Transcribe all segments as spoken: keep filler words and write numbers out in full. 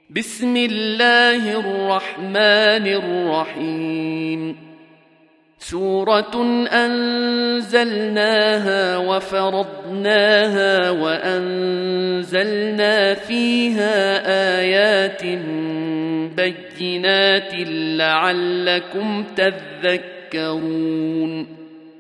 بسم الله الرحمن الرحيم. سورة أنزلناها وفرضناها وأنزلنا فيها آيات بينات لعلكم تذكرون.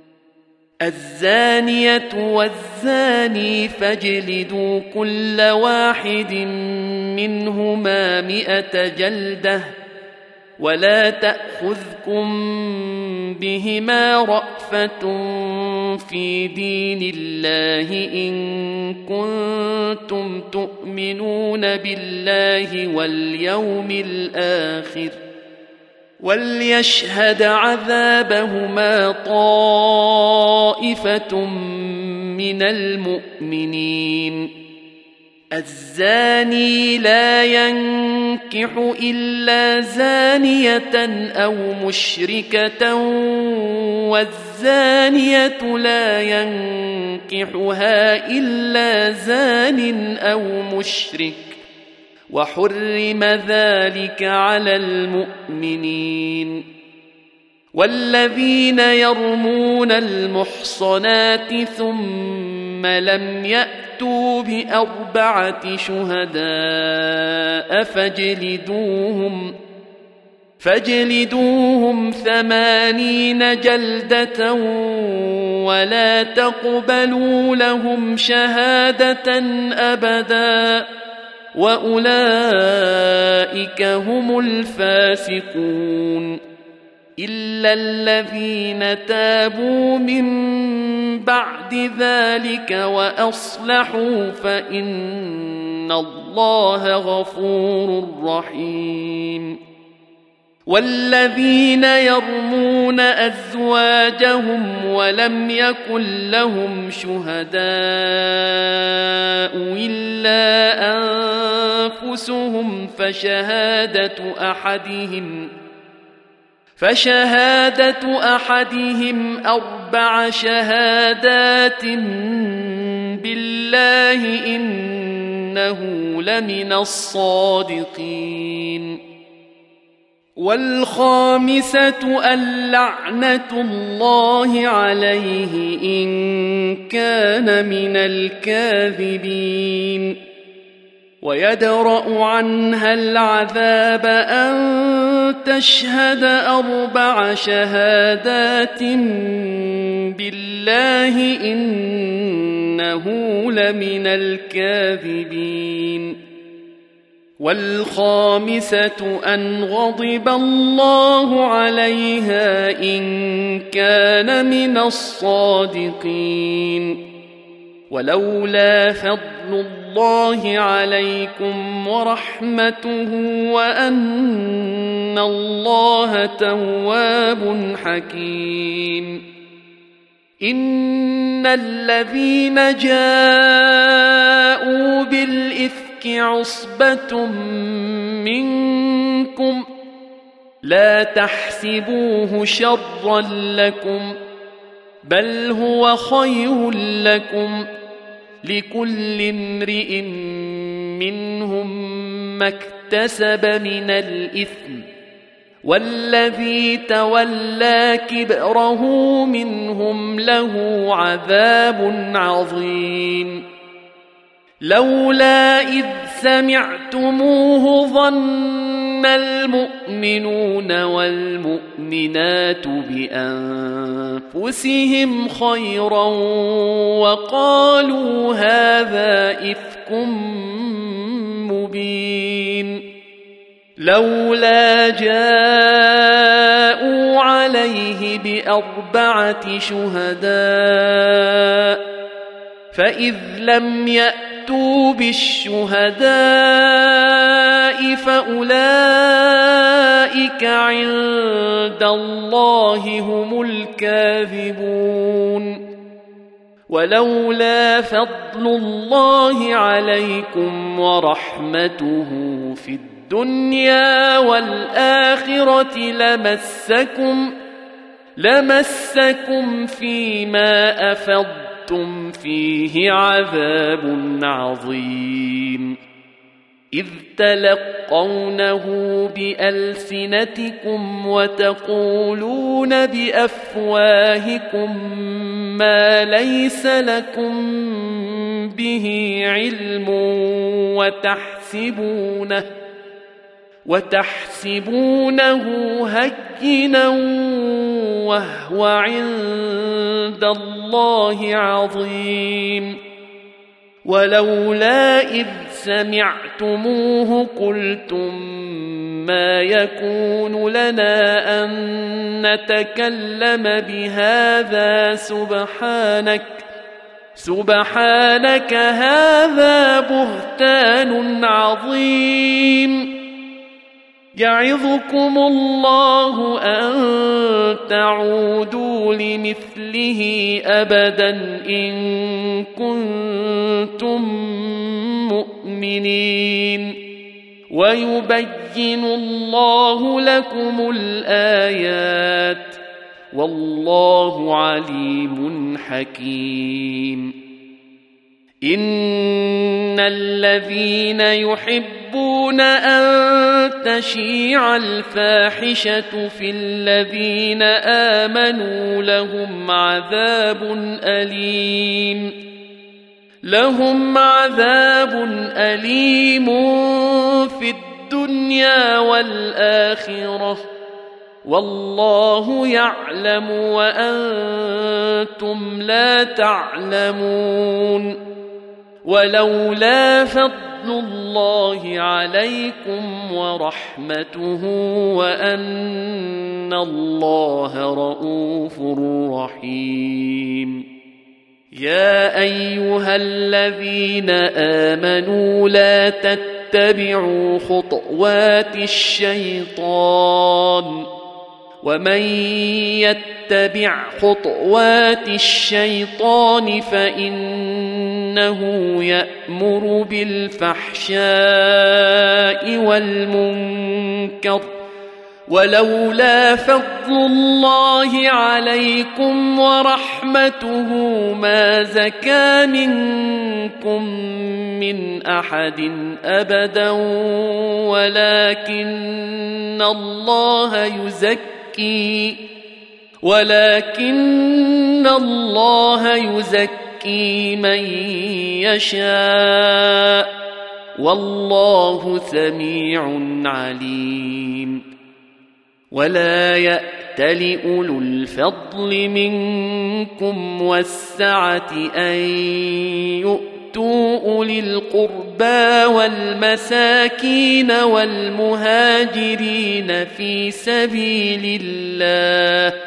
الزانية والزاني فاجلدوا كل واحد منهما مئة جلدة ولا تأخذكم بهما رأفة في دين الله إن كنتم تؤمنون بالله واليوم الآخر وليشهد عذابهما طائفة من المؤمنين. الزاني لا ينكح إلا زانية أو مشركة والزانية لا ينكحها إلا زان أو مشرك وحرم ذلك على المؤمنين. والذين يرمون المحصنات ثم لم يأتوا بأربعة شهداء فاجلدوهم فاجلدوهم ثمانين جلدة ولا تقبلوا لهم شهادة أبدا وأولئك هم الفاسقون. إلا الذين تابوا من بعد ذلك وأصلحوا فإن الله غفور رحيم. والذين يرمون أزواجهم ولم يكن لهم شهداء إلا أنفسهم فشهادة أحدهم فشهادة أحدهم أربع شهادات بالله إنه لمن الصادقين. والخامسة اللعنة الله عليه إن كان من الكاذبين. ويدرأ عنها العذاب أن تشهد أربع شهادات بالله إنه لمن الكاذبين. والخامسة أن غضب الله عليها إن كان من الصادقين. ولولا فضل الله عليكم ورحمته وأن الله تواب حكيم. إن الذين جاءوا بالإثم عصبة منكم لا تحسبوه شرا لكم بل هو خير لكم لكل امرئ منهم ما اكتسب من الإثم والذي تولى كبره منهم له عذاب عظيم. لولا إذ سمعتموه ظن المؤمنون والمؤمنات بأنفسهم خيرا وقالوا هذا إفك مبين. لولا جاءوا عليه بأربعة شهداء فإذ لم يأتوا بالشهداء فأولئك عند الله هم الكاذبون. ولولا فضل الله عليكم ورحمته في الدنيا والآخرة لمسكم لمسكم فيما أفضتم فيه عذاب عظيم. إذ تلقونه بألسنتكم وتقولون بأفواهكم ما ليس لكم به علم وتحسبونه وتحسبونه هينا وهو عند الله عظيم. ولولا إذ سمعتموه قلتم ما يكون لنا أن نتكلم بهذا سبحانك سبحانك هذا بهتان عظيم. يعظكم الله أن تعودوا لمثله أبدا إن كنتم مؤمنين. ويبين الله لكم الآيات والله عليم حكيم. إن الذين يحبون أن تشيع الفاحشة في الذين آمنوا لهم عذاب أليم لهم عذاب أليم في الدنيا والآخرة والله يعلم وأنتم لا تعلمون. ولولا فضل الله عليكم ورحمته وأن الله رؤوف رحيم. يا أيها الذين آمنوا لا تتبعوا خطوات الشيطان ومن يتبع خطوات الشيطان فإنه يأمر بالفحشاء والمنكر ولولا فضل الله عليكم ورحمته ما زكى منكم من أحد أبدا ولكن الله يزكي ولكن الله يزكي من يشاء والله سميع عليم. ولا يأتل أولو الفضل منكم والسعة أن يؤتوا أولي القربى والمساكين والمهاجرين في سبيل الله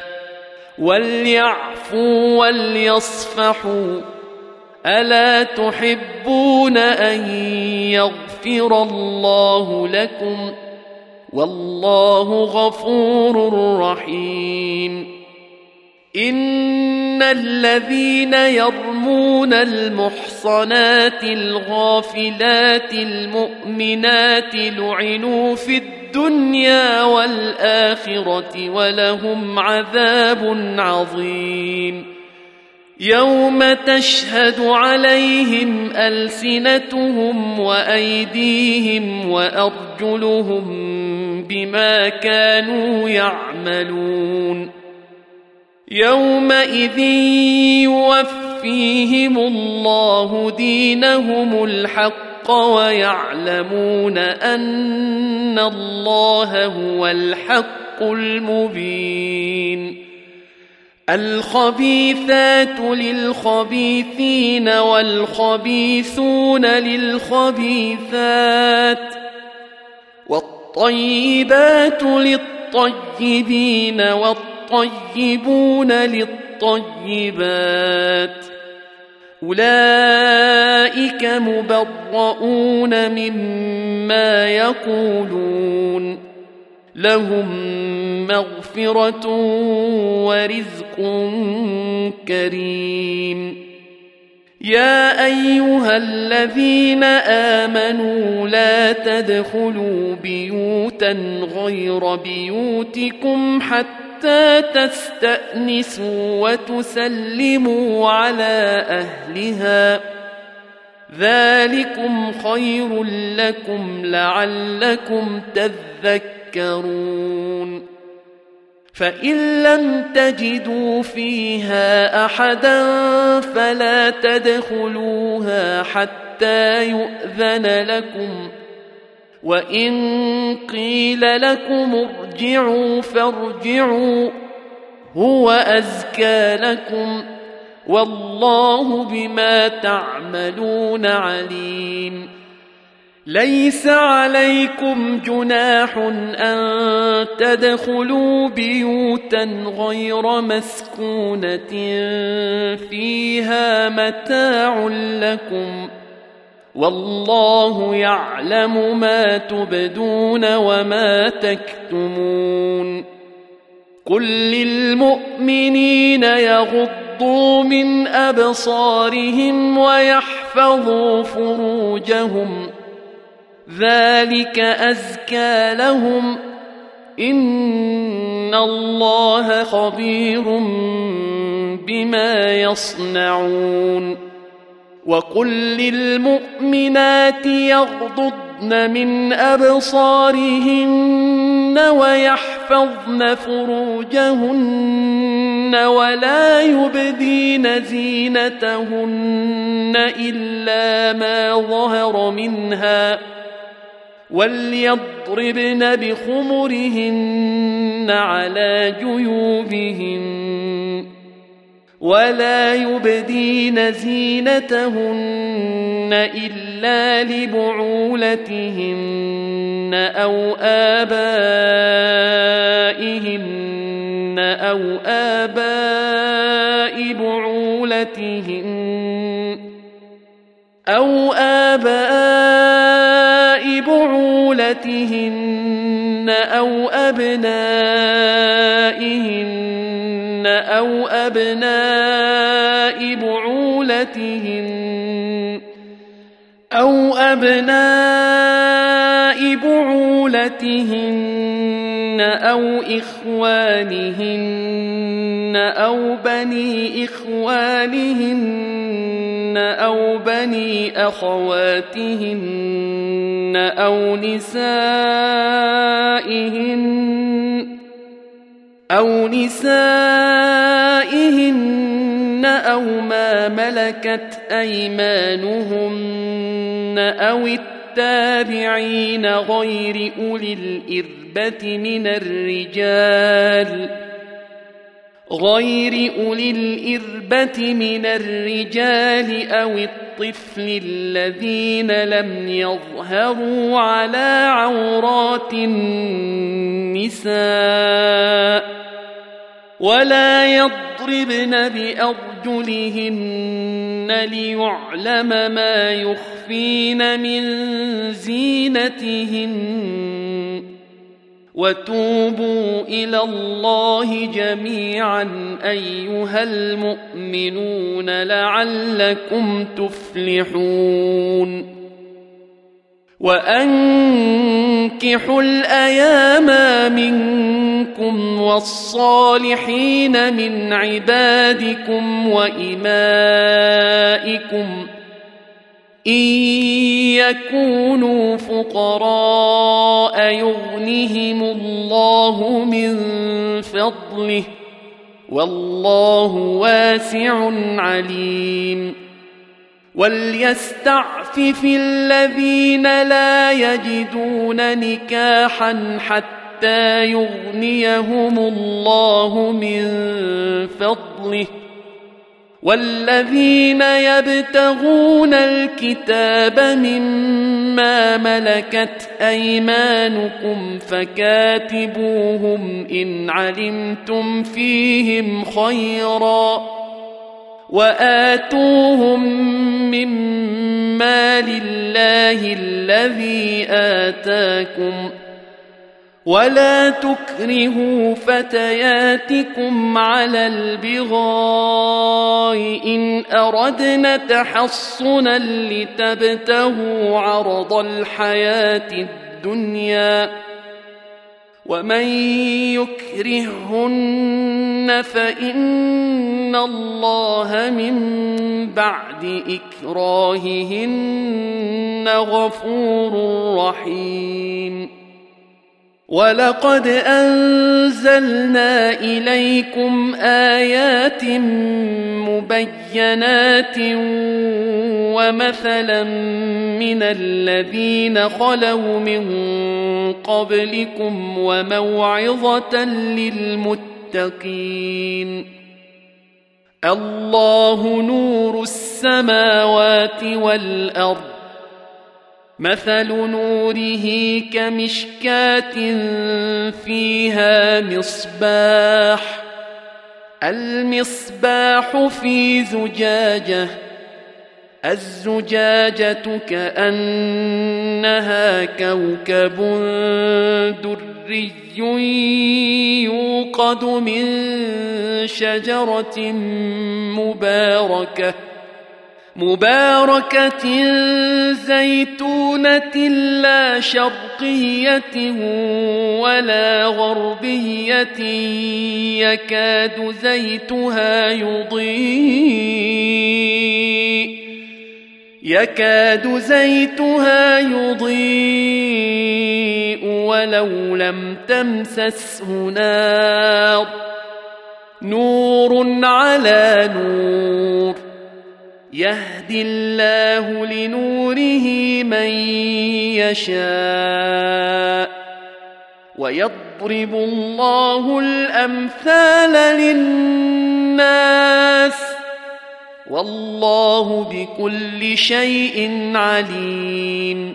وليعفوا وليصفحوا ألا تحبون أن يغفر الله لكم والله غفور رحيم. إن الذين يرمون المحصنات الغافلات المؤمنات لعنوا في الدنيا والآخرة ولهم عذاب عظيم. يوم تشهد عليهم ألسنتهم وأيديهم وأرجلهم بما كانوا يعملون. يومئذ يوفيهم الله دينهم الحق ويعلمون أن الله هو الحق المبين. الخبيثات للخبيثين والخبيثون للخبيثات والطيبات للطيبين والطيبون للطيبات أولئك مبرؤون مما يقولون لهم مغفرة ورزق كريم. يا أيها الذين آمنوا لا تدخلوا بيوتا غير بيوتكم حتى تستأنسوا وتسلموا على أهلها ذلكم خير لكم لعلكم تذكرون فإن لم تجدوا فيها أحدا فلا تدخلوها حتى يؤذن لكم وإن قيل لكم ارجعوا فارجعوا هو أزكى لكم والله بما تعملون عليم ليس عليكم جناح أن تدخلوا بيوتا غير مسكونة فيها متاع لكم والله يعلم ما تبدون وما تكتمون قل للمؤمنين يغضوا من أبصارهم ويحفظوا فروجهم ذلك أزكى لهم إن الله خبير بما يصنعون وقل للمؤمنات يغضضن من أبصارهن ويحفظن فروجهن ولا يبدين زينتهن إلا ما ظهر منها وليضربن بخمرهن على جيوبهن ولا يبدين زينتهن إلا لبعولتهن أو آبائهن أو آباء بعولتهن أو آباء بعولتهن أو أبنائهن أو أبناء بعولتهن أو أبناء بعولتهن أو إخوانهن أو بني إخوانهن أو بني أخواتهن أو نسائهن أو نسائهن أو ما ملكت أيمانهن أو التابعين غير أولي الإربة من الرجال غير أولي الإربة من الرجال أو الطفل الذين لم يظهروا على عورات النساء ولا يضربن بأرجلهن ليعلم ما يخفين من زينتهن وتوبوا إلى الله جميعا أيها المؤمنون لعلكم تفلحون وأنكحوا الأيام منكم والصالحين من عبادكم وإمائكم إن يكونوا فقراء يغنهم الله من فضله والله واسع عليم وليستعفف الذين لا يجدون نكاحا حتى يغنيهم الله من فضله والذين يبتغون الكتاب مما ملكت أيمانكم فكاتبوهم إن علمتم فيهم خيرا وآتوهم مما لله الذي آتاكم ولا تكرهوا فتياتكم على البغاء إن أردنا تحصنا لتبتغوا عرض الحياة الدنيا ومن يكرههن فإن الله من بعد إكراههن غفور رحيم ولقد أنزلنا إليكم آيات مبينات ومثلا من الذين خلوا من قبلكم وموعظة للمتقين الله نور السماوات والأرض مثل نوره كمشكاة فيها مصباح المصباح في زجاجة الزجاجة كأنها كوكب دري يوقد من شجرة مباركة مباركة زيتونة لا شرقية ولا غربية يكاد زيتها يضيء يكاد زيتها يضيء ولو لم تمسسه نار نور على نور يهدي الله لنوره من يشاء ويضرب الله الأمثال للناس والله بكل شيء عليم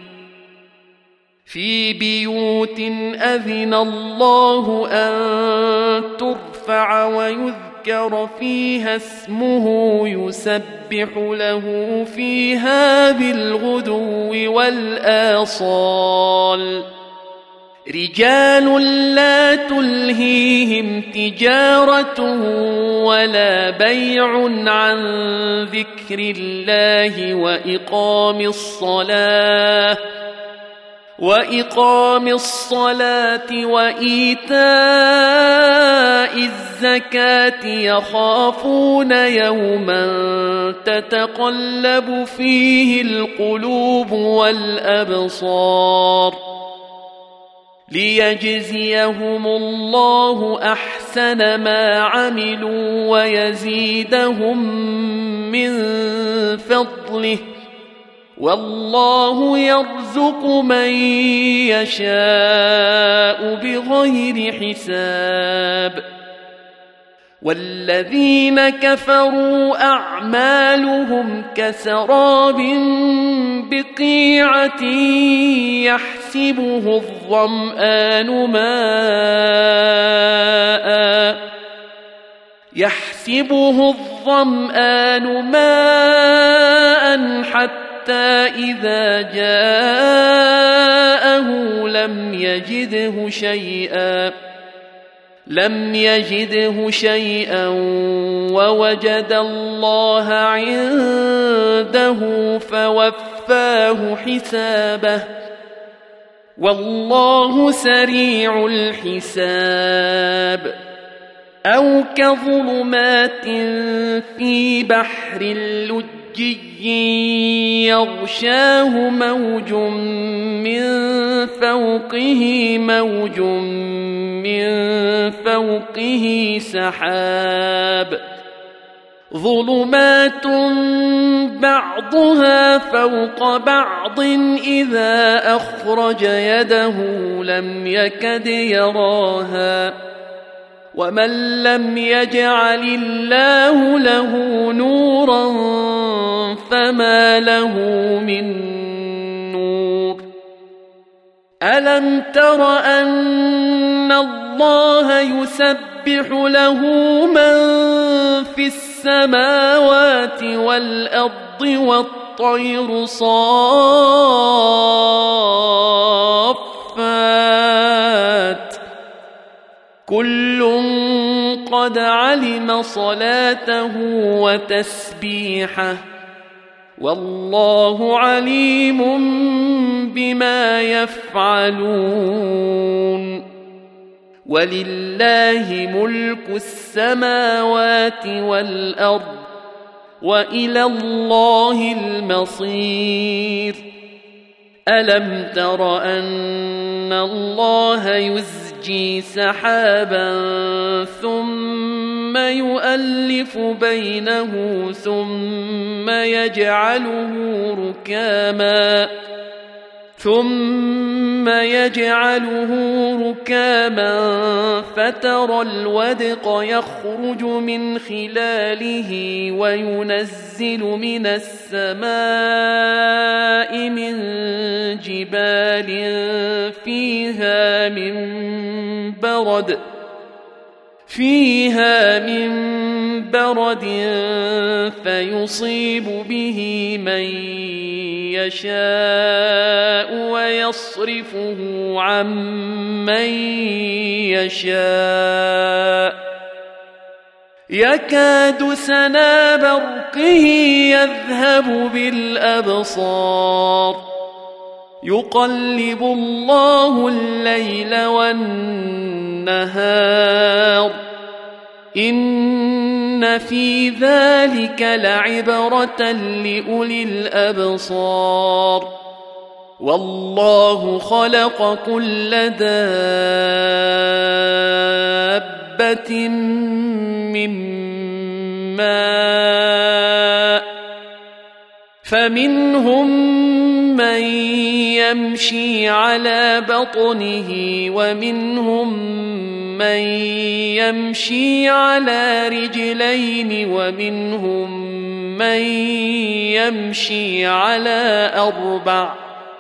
في بيوت أذن الله أن ترفع ويذكر فيها اسمه يسبح له فيها بالغدو والآصال رجال لا تلهيهم تجارة ولا بيع عن ذكر الله وإقام الصلاة وإقام الصلاة وإيتاء الزكاة يخافون يوما تتقلب فيه القلوب والأبصار ليجزيهم الله أحسن ما عملوا ويزيدهم من فضله والله يرزق من يشاء بغير حساب والذين كفروا أعمالهم كسراب بقيعة يحسبه الظمآن ماء يحسبه الظمآن ماء حتى حتى إذا جاءه لم يجده شيئا لم يجده شيئا ووجد الله عنده فوفاه حسابه والله سريع الحساب أو كظلمات في بحر اللجي يغشاه موج من فوقه موج من فوقه سحاب ظلمات بعضها فوق بعض إذا أخرج يده لم يكد يراها ومن لم يجعل الله له نورا فما له من نور ألم تر أن الله يسبح له من في السماوات والأرض والطير صافات كل قد علم صلاته وتسبيحه والله عليم بما يفعلون ولله ملك السماوات والأرض وإلى الله المصير ألم تر أن الله يزجي سحابا ثم يؤلف بينه ثم يجعله ركاما ثم يجعله ركاما فترى الودق يخرج من خلاله وينزل من السماء من جبال فيها من برد فيها من برد فيصيب به من يشاء ويصرفه عن من يشاء يكاد سنا برقه يذهب بالأبصار يقلب الله الليل والنهار إن في ذلك لعبرة لأولي الأبصار والله خلق كل دابة من ماء فمنهم من يمشي على بطنه ومنهم من يمشي على رجلين ومنهم من يمشي على أربع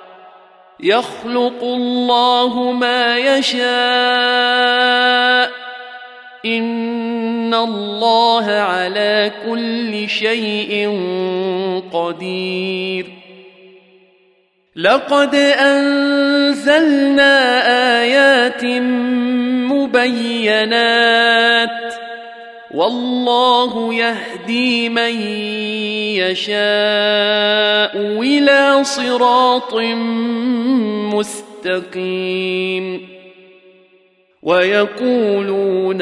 يخلق الله ما يشاء إن الله على كل شيء قدير لقد أنزلنا آيات مبينات والله يهدي من يشاء إلى صراط مستقيم ويقولون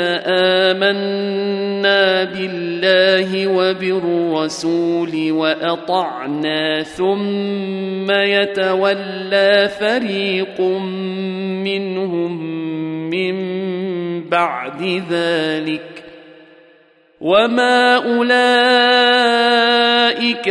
آمنا بالله وبالرسول وأطعنا ثم يتولى فريق منهم من بعد ذلك وما أولئك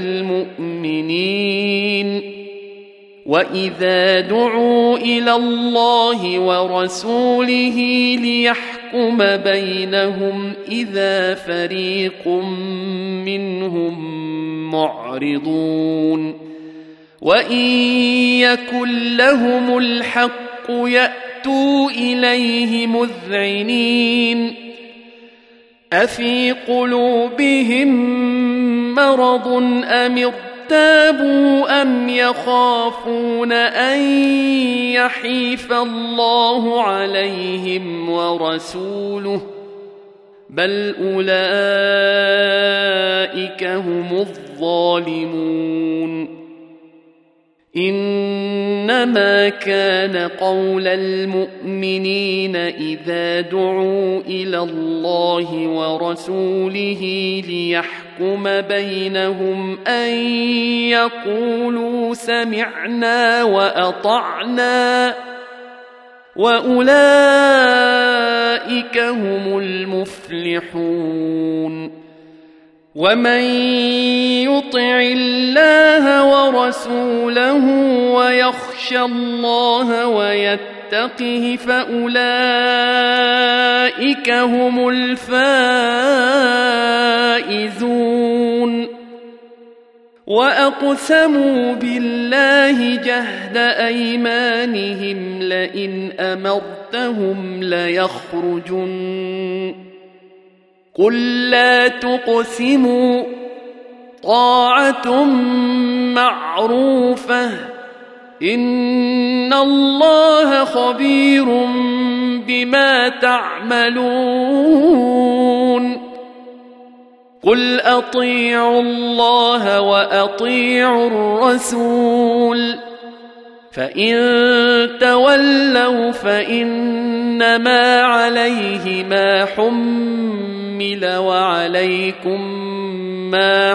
بالمؤمنين وإذا دعوا إلى الله ورسوله ليحكم بينهم إذا فريق منهم معرضون وإن يكن لهم الحق يأتوا إليه مذعنين أفي قلوبهم مرض أم ارتابوا أم يخافون أن يحيف الله عليهم ورسوله بل أولئك هم الظالمون إنما كان قول المؤمنين إذا دعوا إلى الله ورسوله ليحكم بينهم أن يقولوا سمعنا وأطعنا وأولئك هم المفلحون ومن يطع الله ورسوله ويخشى الله ويتقه فأولئك هم الفائزون وأقسموا بالله جهد أيمانهم لئن أمرتهم ليخرجن قل لا تقسموا طاعة معروفة إن الله خبير بما تعملون قل أطيعوا الله وأطيعوا الرسول فإن تولوا فإنما عليه ما حمل وعليكم ما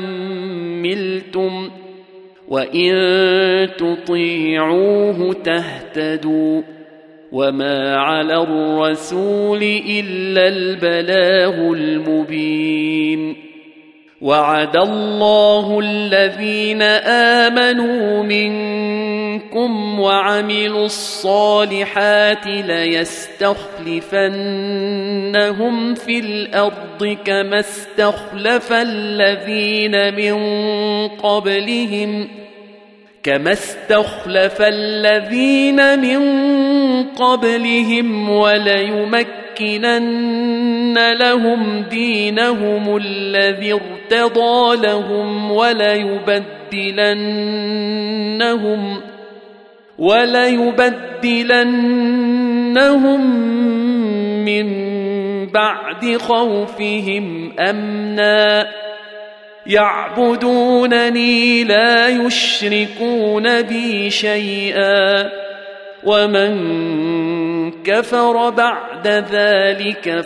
حملتم وإن تطيعوه تهتدوا وما على الرسول إلا البلاغ المبين. وعد الله الذين آمنوا منكم وعملوا الصالحات ليستخلفنهم في الأرض كما استخلف الذين من قبلهم كما استخلف الذين من قبلهم وليمكنن لهم دينهم الذي ارتضى لهم وليبدلنهم وليبدلنهم من بعد خوفهم أمنا يعبدونني لا يشركون بي شيئا ومن كفر بعد ذلك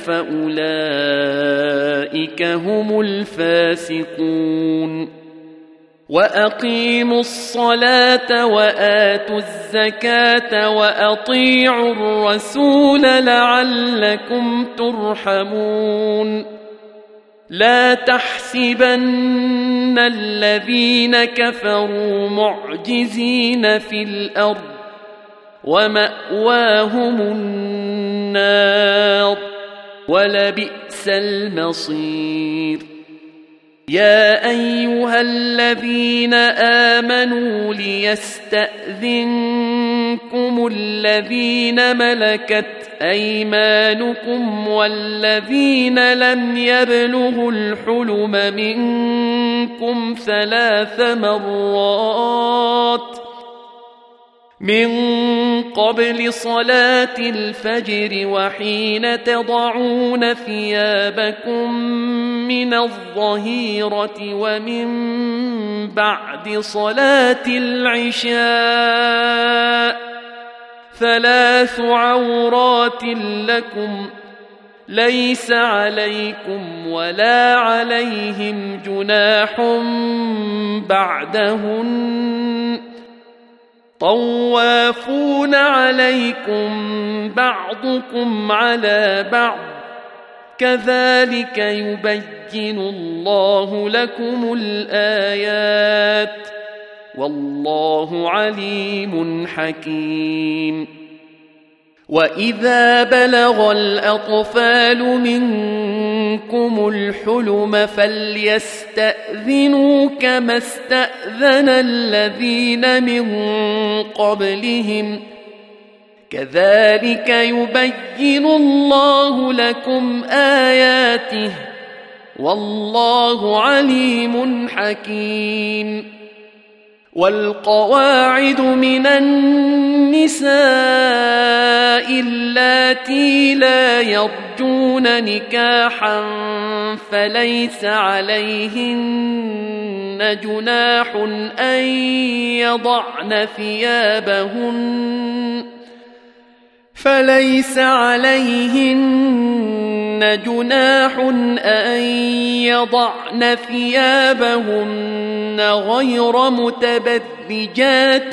فأولئك هم الفاسقون. وأقيموا الصلاة وآتوا الزكاة وأطيعوا الرسول لعلكم ترحمون. لا تحسبن الذين كفروا معجزين في الأرض ومأواهم النار ولبئس المصير. يا أيها الذين آمنوا ليستأذنكم الذين ملكت أيمانكم والذين لم يبلغوا الحلم منكم ثلاث مرات من قبل صلاة الفجر وحين تضعون ثيابكم من الظهيرة ومن بعد صلاة العشاء ثلاث عورات لكم ليس عليكم ولا عليهم جناح بعدهن طوافون عليكم بعضكم على بعض كذلك يبين الله لكم الآيات والله عليم حكيم. وإذا بلغ الأطفال منكم الحلم فليستأذنوا كما استأذن الذين من قبلهم كذلك يبين الله لكم آياته والله عليم حكيم. والقواعد من النساء اللاتي لا يرجون نكاحا فليس عليهن جناح أن يضعن ثيابهن فليس عليهن جناح أن يضعن ثيابهن غير متبرجات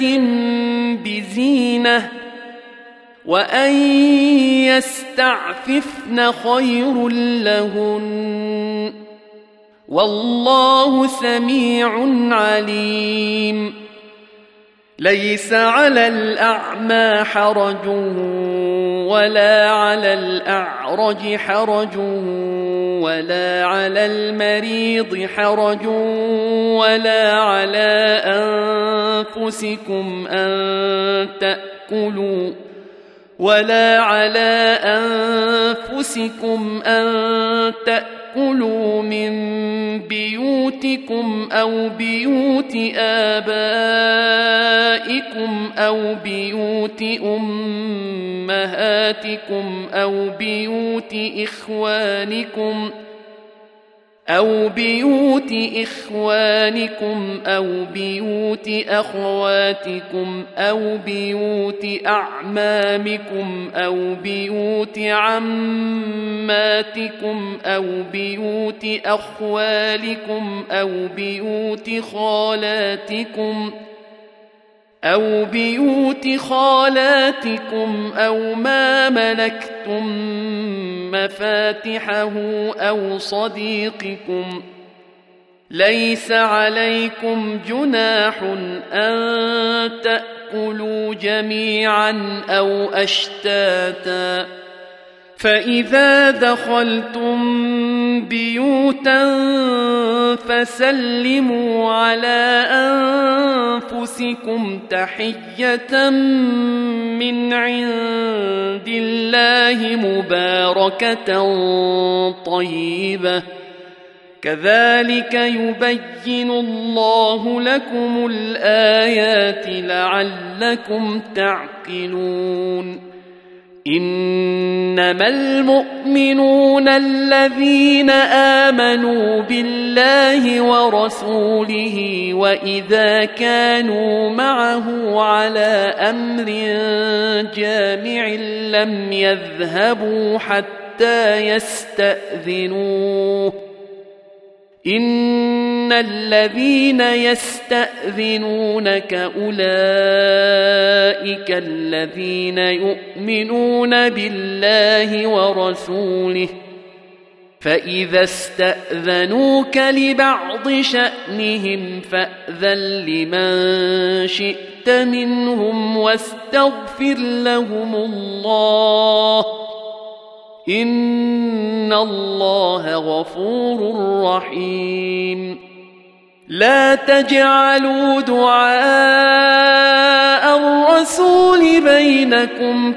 بزينة وأن يستعففن خير لهن والله سميع عليم. ليس على الأعمى حرج ولا على الأعرج حرج ولا على المريض حرج ولا على أنفسكم أن تأكلوا ولا على أنفسكم أن تأكلوا من بيوتكم أو بيوت آبائكم أو بيوت أمهاتكم أو بيوت إخوانكم أو بيوت إخوانكم أو بيوت أخواتكم أو بيوت أعمامكم أو بيوت عماتكم أو بيوت أخوالكم أو بيوت خالاتكم أو بيوت خالاتكم أو ما ملكتم مفاتحه أو صديقكم. ليس عليكم جناح أن تأكلوا جميعا أو أشتاتا، فإذا دخلتم بيوتا فسلموا على أنفسكم تحية من عند الله مباركة طيبة، كذلك يبين الله لكم الآيات لعلكم تعقلون. إنما المؤمنون الذين آمنوا بالله ورسوله وإذا كانوا معه على أمر جامع لم يذهبوا حتى يستأذنوه. إن الذين يستأذنونك أولئك الذين يؤمنون بالله ورسوله، فإذا استأذنوك لبعض شأنهم فأذن لمن شئت منهم واستغفر لهم الله، إن الله غفور رحيم. لا تجعلوا دعاء الرسول بينكم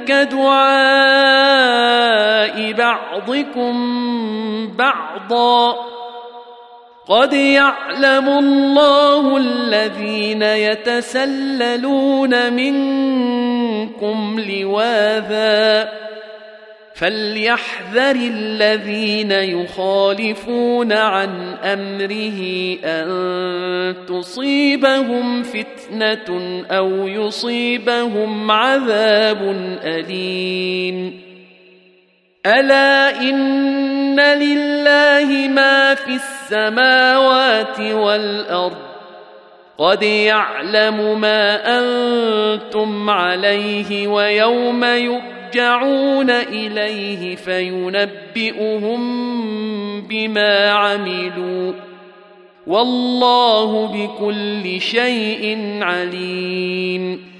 كدعاء بعضكم بعضا، قد يعلم الله الذين يتسللون منكم لواذا، فليحذر الذين يخالفون عن أمره أن تصيبهم فتنة أو يصيبهم عذاب أليم. ألا إن لله ما في السماوات والأرض، قد يعلم ما أنتم عليه ويوم يرجعون يرجعون إليه فينبئهم بما عملوا، والله بكل شيء عليم.